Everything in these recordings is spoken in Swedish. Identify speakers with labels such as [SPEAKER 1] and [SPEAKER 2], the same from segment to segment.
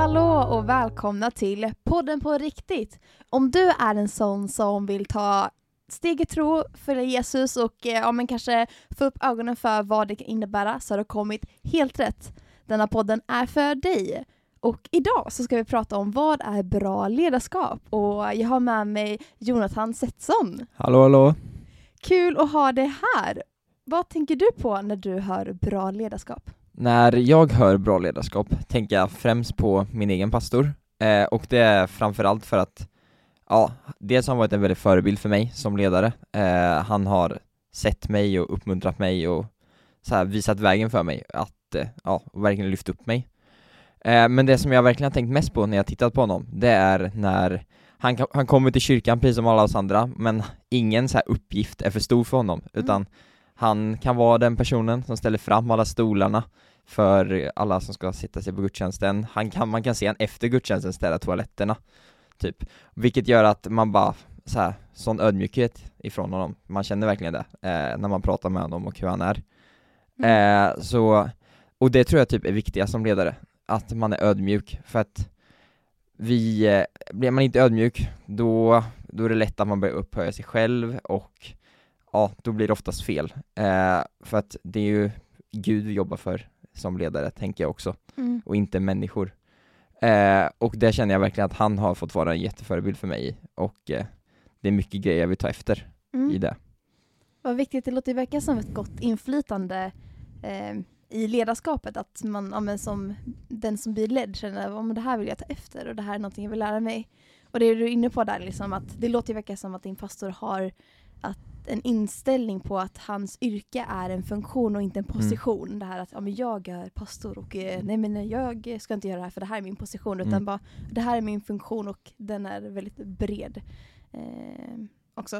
[SPEAKER 1] Hallå och välkomna till podden på riktigt. Om du är en sån som vill ta steg i tro, följa Jesus och men kanske få upp ögonen för vad det kan innebära, så har du kommit helt rätt. Denna podden är för dig. Och idag så ska vi prata om vad är bra ledarskap. Och jag har med mig Jonathan Setson.
[SPEAKER 2] Hallå, hallå.
[SPEAKER 1] Kul att ha dig här. Vad tänker du på när du hör bra ledarskap?
[SPEAKER 2] När jag hör bra ledarskap tänker jag främst på min egen pastor. Och det är framförallt för att dels har han varit en väldigt förebild för mig som ledare. Han har sett mig och uppmuntrat mig och så här visat vägen för mig att och verkligen lyft upp mig. Men det som jag verkligen har tänkt mest på när jag tittat på honom, det är när han kommer till kyrkan precis som alla oss andra, men ingen så här uppgift är för stor för honom, utan han kan vara den personen som ställer fram alla stolarna för alla som ska sitta sig på gudstjänsten. Man kan se han efter gudstjänsten ställa toaletterna typ, vilket gör att man bara så här, sån ödmjukhet ifrån honom. Man känner verkligen det när man pratar med honom och hur han är. Och det tror jag typ är viktigast som ledare, att man är ödmjuk, för att blir man inte ödmjuk då är det lätt att man börjar upphöja sig själv, och då blir det oftast fel. För att det är ju Gud vi jobbar för som ledare, tänker jag också, och inte människor. Och det känner jag verkligen att han har fått vara en jätteförebild för mig, och det är mycket grejer jag vill ta efter i det.
[SPEAKER 1] Vad viktigt, det låter verka som ett gott inflytande i ledarskapet, att man som den som blir ledd känner att det här vill jag ta efter och det här är någonting jag vill lära mig. Och det är du är inne på där, liksom, att det låter verka som att din pastor har en inställning på att hans yrke är en funktion och inte en position. Det här att jag är pastor och jag ska inte göra det här för det här är min position, utan bara det här är min funktion och den är väldigt bred också.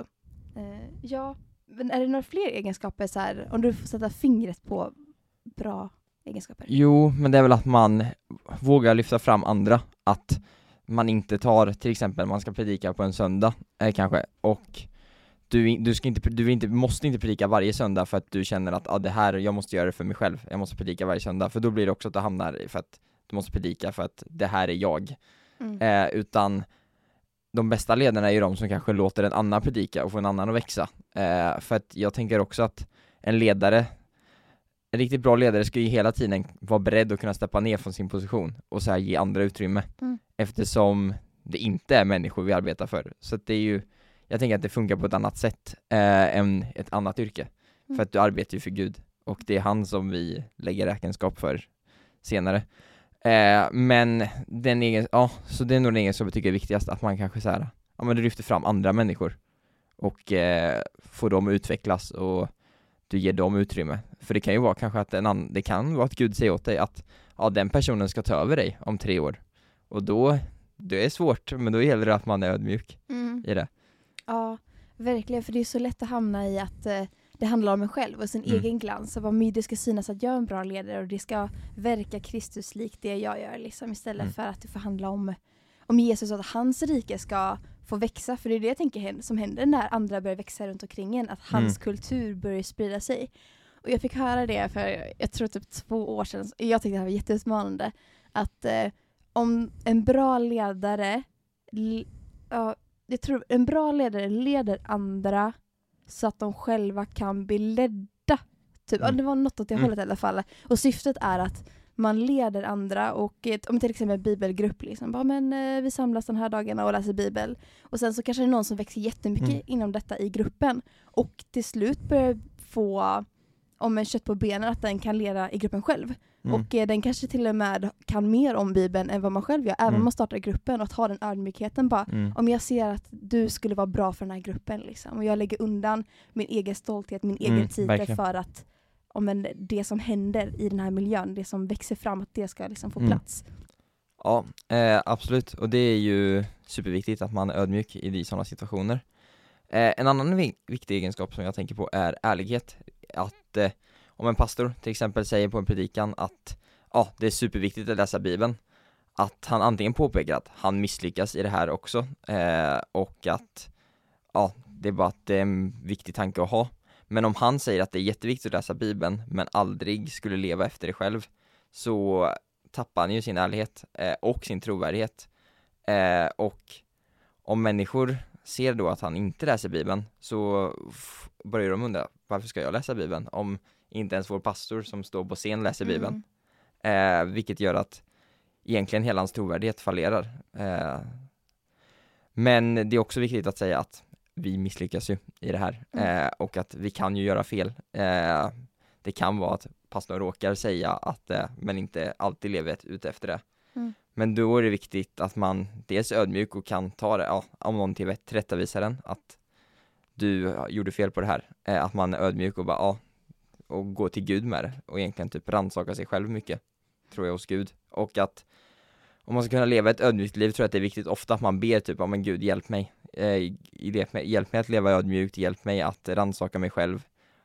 [SPEAKER 1] Men är det några fler egenskaper så här, om du får sätta fingret på bra egenskaper? Jo,
[SPEAKER 2] men det är väl att man vågar lyfta fram andra, att man inte tar, till exempel man ska predika på en söndag kanske, och du måste inte predika varje söndag för att du känner att det här, jag måste göra det för mig själv, jag måste predika varje söndag, för då blir det också att du hamnar för att du måste predika för att det här är jag. Utan de bästa ledarna är ju de som kanske låter en annan predika och får en annan att växa. För att jag tänker också att en riktigt bra ledare ska ju hela tiden vara beredd att kunna steppa ner från sin position och så här ge andra utrymme, eftersom det inte är människor vi arbetar för. Så att det är ju, jag tänker att det funkar på ett annat sätt än ett annat yrke. För att du arbetar ju för Gud, och det är han som vi lägger räkenskap för senare. Men så det är nog den egen som jag tycker är viktigast, att man kanske så här, du lyfter fram andra människor och får dem att utvecklas, och du ger dem utrymme. För det kan ju vara kanske att det kan vara att Gud säger åt dig att den personen ska ta över dig om 3 år. Och då det är svårt, men då gäller det att man är ödmjuk i det. Ja,
[SPEAKER 1] verkligen, för det är så lätt att hamna i att det handlar om en själv och sin egen glans. Och det ska synas att jag är en bra ledare och det ska verka Kristus likt det jag gör, liksom, istället för att det får handla om Jesus och att hans rike ska få växa. För det är det jag tänker som händer när andra börjar växa runt omkring en, att hans kultur börjar sprida sig. Och jag fick höra det för, jag tror typ 2 år sedan, jag tyckte det här var jätteutmanande, att om en bra ledare jag tror en bra ledare leder andra så att de själva kan bli ledda. Typ. Det var något åt det hållet i alla fall. Och syftet är att man leder andra, och om till exempel en bibelgrupp liksom, vi samlas den här dagarna och läser bibel. Och sen så kanske det är någon som växer jättemycket inom detta i gruppen. Och till slut börjar få en kött på benen att den kan leda i gruppen själv. Och den kanske till och med kan mer om Bibeln än vad man själv gör. Även om man startar gruppen, och att ha den ödmjukheten bara. Om jag ser att du skulle vara bra för den här gruppen. Liksom, och jag lägger undan min egen stolthet, min egen titel för att det som händer i den här miljön, det som växer fram, att det ska liksom få plats.
[SPEAKER 2] Ja, absolut. Och det är ju superviktigt att man är ödmjuk i sådana situationer. En annan viktig egenskap som jag tänker på är ärlighet. Att om en pastor till exempel säger på en predikan att det är superviktigt att läsa Bibeln, att han antingen påpekar att han misslyckas i det här också, och att det är bara att det är en viktig tanke att ha. Men om han säger att det är jätteviktigt att läsa Bibeln men aldrig skulle leva efter det själv, så tappar han ju sin ärlighet och sin trovärdighet. Och om människor ser då att han inte läser Bibeln, så börjar de undra, varför ska jag läsa Bibeln om inte ens vår pastor som står på scen läser Bibeln? Vilket gör att egentligen hela hans trovärdighet fallerar. Men det är också viktigt att säga att vi misslyckas ju i det här. Och att vi kan ju göra fel. Det kan vara att pastorn råkar säga att men inte alltid lever ute efter det. Men då är det viktigt att man dels är ödmjuk och kan ta det, om någon tillrättavisar den, att du gjorde fel på det här. Att man är ödmjuk och bara, och gå till Gud med det. Och egentligen typ rannsaka sig själv mycket, tror jag, hos Gud. Och att om man ska kunna leva ett ödmjukt liv, tror jag att det är viktigt ofta att man ber typ, men Gud, hjälp mig. Hjälp mig att leva ödmjukt, hjälp mig att rannsaka mig själv.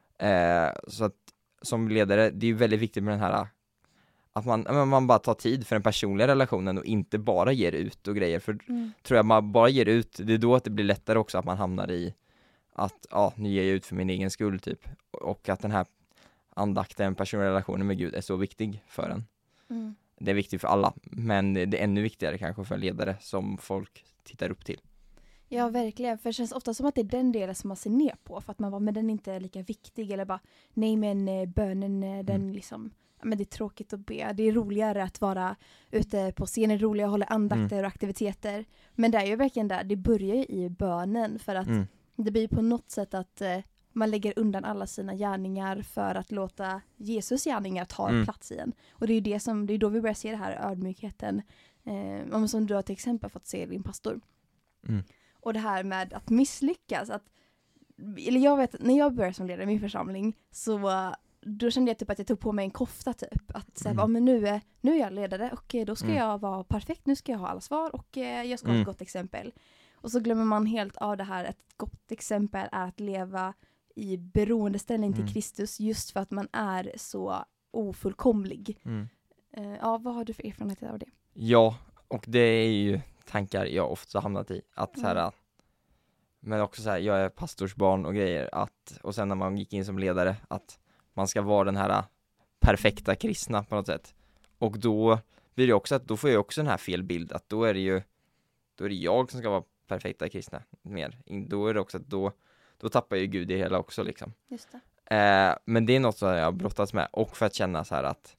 [SPEAKER 2] Så att som ledare, det är ju väldigt viktigt med den här att man bara tar tid för den personliga relationen och inte bara ger ut och grejer. För tror jag man bara ger ut, det är då att det blir lättare också att man hamnar i att nu ger jag ut för min egen skull typ. Och att den här andakten, personliga relationen med Gud är så viktig för en. Det är viktigt för alla, men det är ännu viktigare kanske för ledare som folk tittar upp till.
[SPEAKER 1] Ja, verkligen. För det känns ofta som att det är den delen som man ser ner på. För att man var, men den är inte lika viktig. Eller bara, nej men bönen, den liksom, men det är tråkigt att be. Det är roligare att vara ute på scenen, det är roligare att hålla andakter och aktiviteter. Men det är ju verkligen där, det börjar ju i bönen. För att det blir på något sätt att man lägger undan alla sina gärningar för att låta Jesus gärningar ta plats i en. Och det är ju det är då vi börjar se det här ödmjukheten. Som du har till exempel fått se din pastor. Och det här med att misslyckas. Eller jag vet, när jag började som ledare i min församling, så då kände jag typ att jag tog på mig en kofta typ. Att säga, men nu är jag ledare och då ska jag vara perfekt. Nu ska jag ha alla svar och jag ska ha ett gott exempel. Och så glömmer man helt av det här. Ett gott exempel är att leva i beroendeställning till Kristus, just för att man är så ofullkomlig. Vad har du för erfarenhet av det?
[SPEAKER 2] Ja, och det är ju tankar jag ofta hamnat i. Att så här, men också så här, jag är pastorsbarn och grejer. Och sen när man gick in som ledare, att man ska vara den här perfekta kristna på något sätt. Och då blir det också att då får jag också den här fel bild. Att då är det jag som ska vara perfekta kristna mer. Då är det också att då tappar ju Gud i hela också liksom.
[SPEAKER 1] Just det.
[SPEAKER 2] Men det är något som jag har brottats med. Och för att känna så här att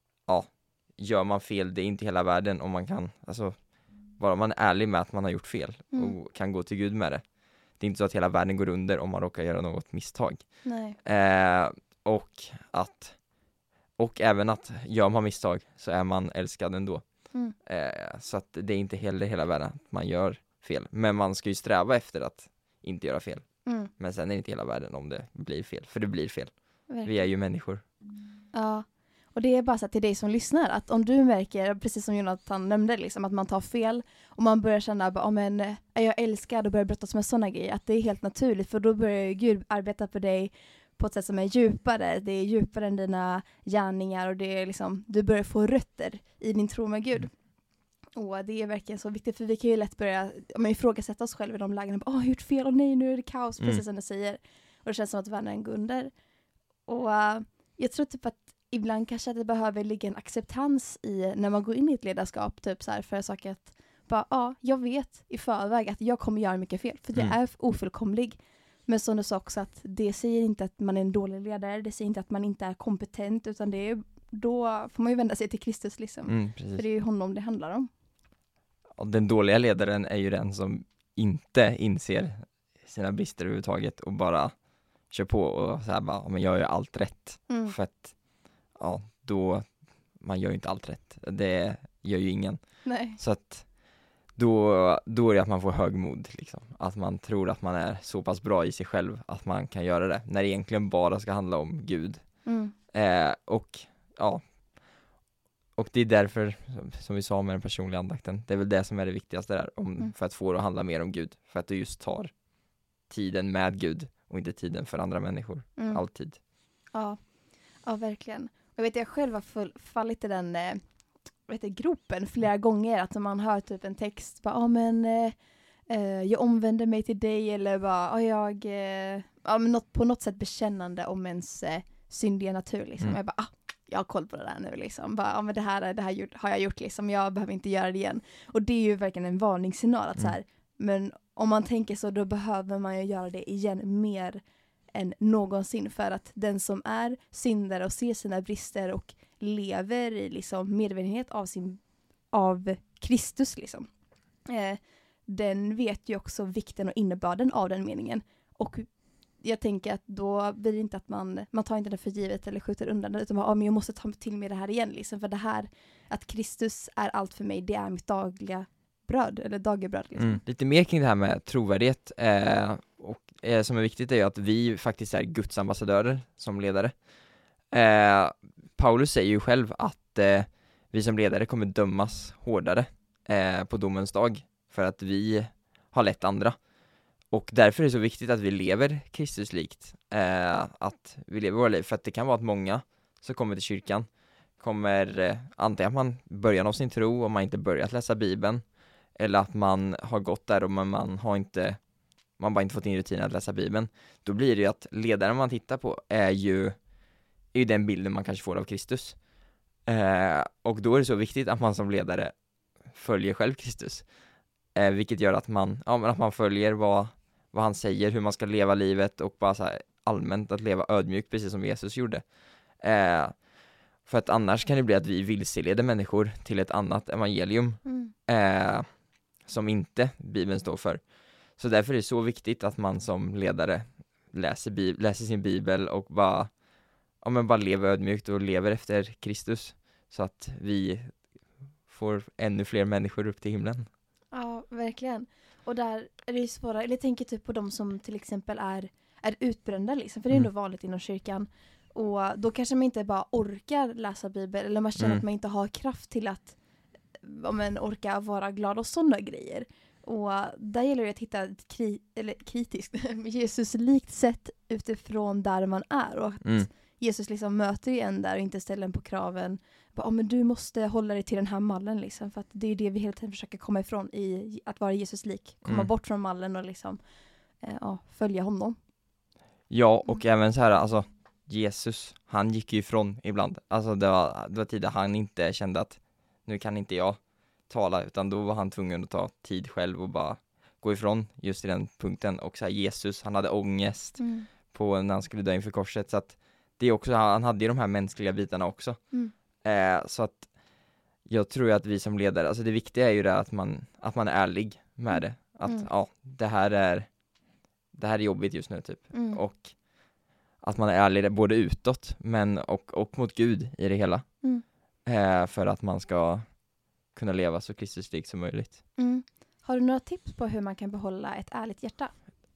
[SPEAKER 2] gör man fel, det är inte hela världen. Om man kan, alltså bara man är ärlig med att man har gjort fel och kan gå till Gud med det. Det är inte så att hela världen går under om man råkar göra något misstag.
[SPEAKER 1] Nej.
[SPEAKER 2] Och även att gör man misstag så är man älskad ändå. Så att det är inte hela världen att man gör fel. Men man ska ju sträva efter att inte göra fel. Men sen är det inte hela världen om det blir fel. För det blir fel. Verkligen. Vi är ju människor.
[SPEAKER 1] Ja. Och det är bara så till dig som lyssnar, att om du märker, precis som Jonathan nämnde, liksom, att man tar fel och man börjar känna att är jag älskad och börjar brottas med sådana grejer, att det är helt naturligt, för då börjar ju Gud arbeta på dig på ett sätt som är djupare. Det är djupare än dina gärningar och det är liksom, du börjar få rötter i din tro med Gud. Och det är verkligen så viktigt, för vi kan ju lätt börja ifrågasätta oss själva i de lägena. Jag har gjort fel, och nej, nu är det kaos, precis som du säger. Och det känns som att världen går under. Och jag tror typ att ibland kanske att det behöver ligga en acceptans i när man går in i ett ledarskap, typ så här, för saker att jag vet i förväg att jag kommer göra mycket fel, för jag är ofullkomlig. Men som du sa också, att det säger inte att man är en dålig ledare, det säger inte att man inte är kompetent, utan det är, då får man ju vända sig till Kristus liksom. För det är ju honom det handlar om.
[SPEAKER 2] Och den dåliga ledaren är ju den som inte inser sina brister överhuvudtaget och bara kör på och så här men jag gör allt rätt. För att då man gör ju inte allt rätt. Det gör ju ingen.
[SPEAKER 1] Nej.
[SPEAKER 2] Så att då är det att man får högmod liksom. Att man tror att man är så pass bra i sig själv att man kan göra det. När det egentligen bara ska handla om Gud. Och det är därför, som vi sa med den personliga andakten, det är väl det som är det viktigaste där. För att få det att handla mer om Gud. För att du just tar tiden med Gud och inte tiden för andra människor. Alltid. Ja,
[SPEAKER 1] verkligen. Jag vet, jag själv har fallit i den gropen flera gånger. Att man hör typ en text, jag omvänder mig till dig, eller på något sätt bekännande om ens syndiga natur. Liksom. Jag bara, jag har koll på det där nu liksom. Bara, ja, men det här har jag gjort liksom. Jag behöver inte göra det igen. Och det är ju verkligen en varningssignal att så här, men om man tänker så, då behöver man ju göra det igen mer än någonsin. För att den som är syndare och ser sina brister och lever i liksom medvetenhet av Kristus liksom. Den vet ju också vikten och innebörden av den meningen. Och jag tänker att då blir det inte att man tar inte det för givet eller skjuter undan det, utan men jag måste ta till mig det här igen liksom, för det här att Kristus är allt för mig, det är mitt dagliga bröd eller dagerbröd liksom.
[SPEAKER 2] Lite mer kring det här med trovärdighet som är viktigt är ju att vi faktiskt är Guds ambassadörer som ledare. Paulus säger ju själv att vi som ledare kommer dömas hårdare på domens dag för att vi har lett andra. Och därför är det så viktigt att vi lever Kristuslikt, att vi lever våra liv, för att det kan vara att många som kommer till kyrkan kommer antingen att man början av sin tro och man inte börjat läsa Bibeln, eller att man har gått där och man bara inte fått in rutinen att läsa Bibeln. Då blir det ju att ledaren man tittar på är ju den bilden man kanske får av Kristus. Och då är det så viktigt att man som ledare följer själv Kristus. Vilket gör att man följer vad han säger, hur man ska leva livet, och bara så här allmänt att leva ödmjukt, precis som Jesus gjorde. För att annars kan det bli att vi vilseleder människor till ett annat evangelium som inte Bibeln står för. Så därför är det så viktigt att man som ledare läser sin Bibel och bara lever ödmjukt och lever efter Kristus, så att vi får ännu fler människor upp till himlen.
[SPEAKER 1] Ja, verkligen. Och där är det ju svårare, eller jag tänker typ på de som till exempel är utbrända liksom, för det är ändå vanligt inom kyrkan. Och då kanske man inte bara orkar läsa Bibeln, eller man känner att man inte har kraft till att orka vara glad och sådana grejer. Och där gäller det att hitta ett kritiskt Jesus likt sätt utifrån där man är, och att Jesus liksom möter en där och inte ställer en på kraven. Men du måste hålla dig till den här mallen liksom, för att det är det vi hela tiden försöker komma ifrån i att vara Jesus lik. Komma bort från mallen och liksom följa honom.
[SPEAKER 2] Ja, och även så här, alltså Jesus, han gick ju ifrån ibland. Alltså det var tider han inte kände att nu kan inte jag tala, utan då var han tvungen att ta tid själv och bara gå ifrån just i den punkten. Och så här, Jesus, han hade ångest på när han skulle dö inför korset, så att det är också, han hade ju de här mänskliga bitarna också. Så att jag tror att vi som ledare, alltså det viktiga är ju det att man är ärlig med det. Att det här är jobbigt just nu typ. Och att man är ärlig både utåt men och mot Gud i det hela. För att man ska kunna leva så kristuslikt som möjligt.
[SPEAKER 1] Har du några tips på hur man kan behålla ett ärligt hjärta?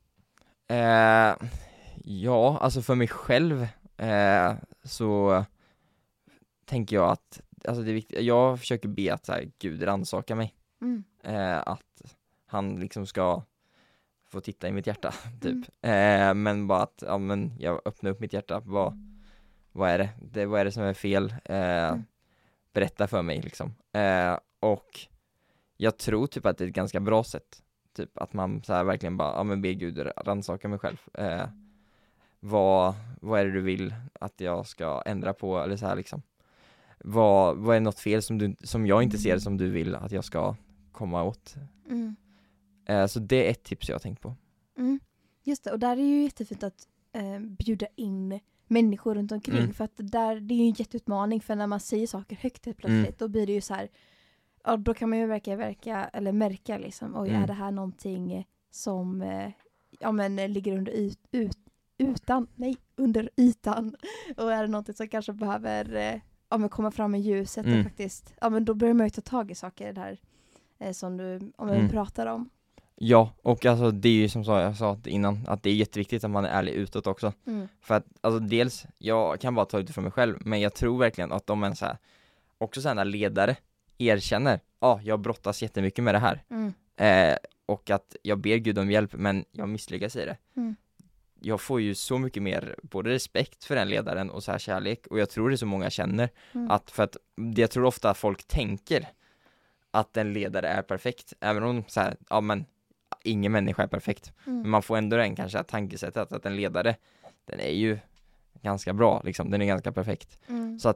[SPEAKER 2] Ja, alltså för mig själv så tänker jag att alltså det är viktigt, jag försöker be att så här, Gud rannsaka mig. Att han liksom ska få titta i mitt hjärta typ. Men bara att jag öppnar upp mitt hjärta. Vad är det? Vad är det som är fel? Berätta för mig liksom. Och jag tror typ att det är ett ganska bra sätt. Typ att man så här verkligen bara be Gud rannsaka mig själv. Vad är det du vill att jag ska ändra på, eller så här liksom. Vad är något fel som jag inte ser som du vill att jag ska komma åt? Så det är ett tips jag har tänkt på.
[SPEAKER 1] Just det, och där är det ju jättefint att bjuda in människor runt omkring, för att det är ju en jätteutmaning, för när man säger saker högt helt plötsligt, då blir det ju så här, då kan man ju märka liksom, är det här någonting som ligger under ytan, och är det någonting som kanske behöver komma fram i ljuset och faktiskt, då börjar man ju ta tag i saker där som du pratar om.
[SPEAKER 2] Ja, och alltså det är ju som jag sa innan, att det är jätteviktigt att man är ärlig utåt också. För att alltså dels, jag kan bara ta ut för mig själv, men jag tror verkligen att de så här, också sådana ledare erkänner, jag brottas jättemycket med det här. Och att jag ber Gud om hjälp, men jag misslyckas i det. Jag får ju så mycket mer både respekt för den ledaren och så här kärlek, och jag tror det är så många känner för att jag tror ofta att folk tänker att en ledare är perfekt, även om så här, ingen människa är perfekt, men man får ändå den kanske tankesättet att en ledare, den är ju ganska bra liksom, den är ganska perfekt. Så att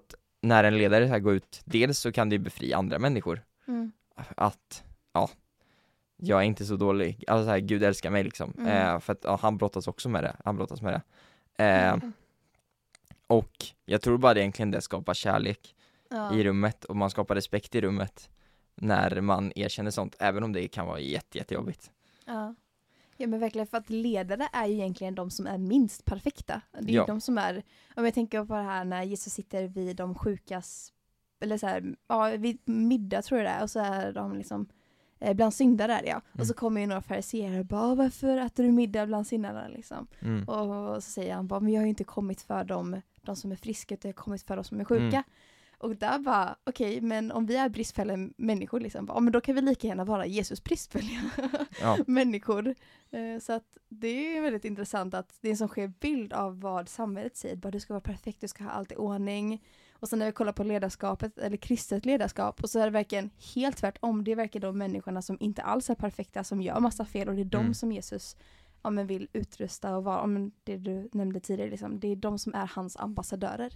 [SPEAKER 2] när en ledare så här går ut, dels så kan det ju befria andra människor. Att, ja, jag är inte så dålig. Alltså så här, Gud älskar mig liksom. För att han brottas också med det. Han brottas med det. Och jag tror bara det egentligen det skapar kärlek i rummet. Och man skapar respekt i rummet när man erkänner sånt. Även om det kan vara jättejobbigt.
[SPEAKER 1] Ja, men verkligen, för att ledare är ju egentligen de som är minst perfekta. Det är ju de som är, om jag tänker på det här när Jesus sitter vid de sjukas, eller så här, vid middag tror jag det är, och så är de liksom bland syndare där, och så kommer ju några fariseer och bara, varför äter du middag bland syndarna liksom? Och så säger han bara, men jag har ju inte kommit för de som är friska, utan jag har kommit för de som är sjuka. Och där bara, okej, men om vi är bristfälliga människor liksom, men då kan vi lika gärna vara Jesus bristfälliga människor. Så att det är väldigt intressant att det är en sån skev bild av vad samhället säger. Bara du ska vara perfekt, du ska ha allt i ordning. Och sen när vi kollar på ledarskapet, eller kristet ledarskap, och så är det verkligen helt tvärtom. Det är verkligen de människorna som inte alls är perfekta, som gör massa fel, och det är de som Jesus vill utrusta och vara, det du nämnde tidigare liksom, det är de som är hans ambassadörer.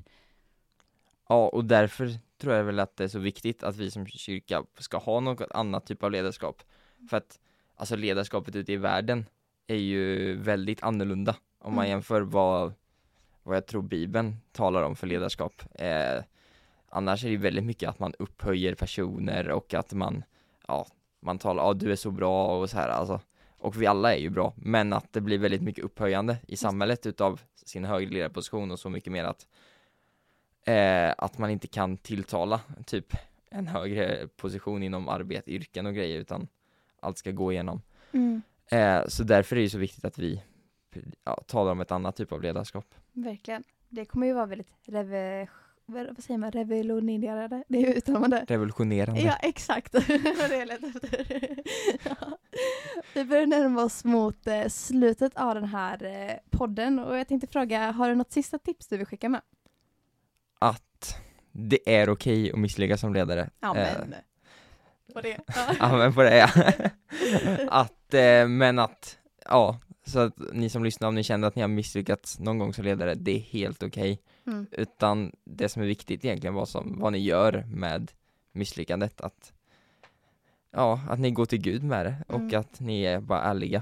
[SPEAKER 2] Ja, och därför tror jag väl att det är så viktigt att vi som kyrka ska ha något annat typ av ledarskap. För att alltså ledarskapet ute i världen är ju väldigt annorlunda om man jämför vad jag tror Bibeln talar om för ledarskap. Annars är det väldigt mycket att man upphöjer personer och att man talar, du är så bra och så här, alltså. Och vi alla är ju bra, men att det blir väldigt mycket upphöjande i samhället utav sin högre ledarposition, och så mycket mer att man inte kan tilltala typ en högre position inom arbete, yrken och grejer, utan allt ska gå igenom. Så därför är det så viktigt att vi talar om ett annat typ av ledarskap. Verkligen.
[SPEAKER 1] Det kommer ju vara väldigt revolutionerande. Det är utan man det.
[SPEAKER 2] Revolutionerande.
[SPEAKER 1] Ja, exakt. Det är lätt efter. Vi börjar närma oss mot slutet av den här podden, och jag tänkte fråga, har du något sista tips du vill skicka med?
[SPEAKER 2] Att det är okej att misslyckas som ledare.
[SPEAKER 1] Amen. På det.
[SPEAKER 2] Amen på det, ja. Så att ni som lyssnar, om ni känner att ni har misslyckats någon gång som ledare, det är helt okej. Utan det som är viktigt egentligen vad ni gör med misslyckandet, att ni går till Gud med det och att ni är bara ärliga.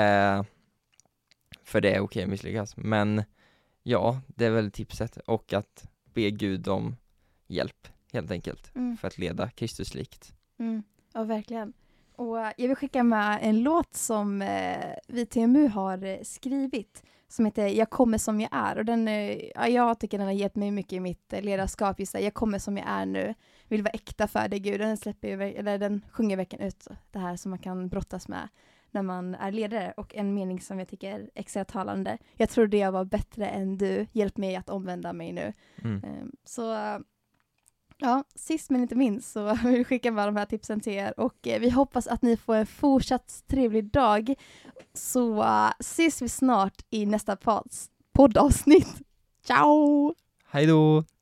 [SPEAKER 2] För det är okej att misslyckas. Men det är väl tipset, och att be Gud om hjälp helt enkelt för att leda Kristuslikt.
[SPEAKER 1] Ja, verkligen. Och jag vill skicka med en låt som vi TMU har skrivit, som heter Jag kommer som jag är. Och den, jag tycker den har gett mig mycket i mitt ledarskap. Just det, jag kommer som jag är nu. Vill vara äkta för dig, Gud. Den sjunger verkligen ut det här som man kan brottas med när man är ledare. Och en mening som jag tycker är extra talande. Jag trodde jag var bättre än du. Hjälp mig att omvända mig nu. Sist men inte minst så vill vi skicka med de här tipsen till er, och vi hoppas att ni får en fortsatt trevlig dag, så ses vi snart i nästa poddavsnitt. Ciao!
[SPEAKER 2] Hej då!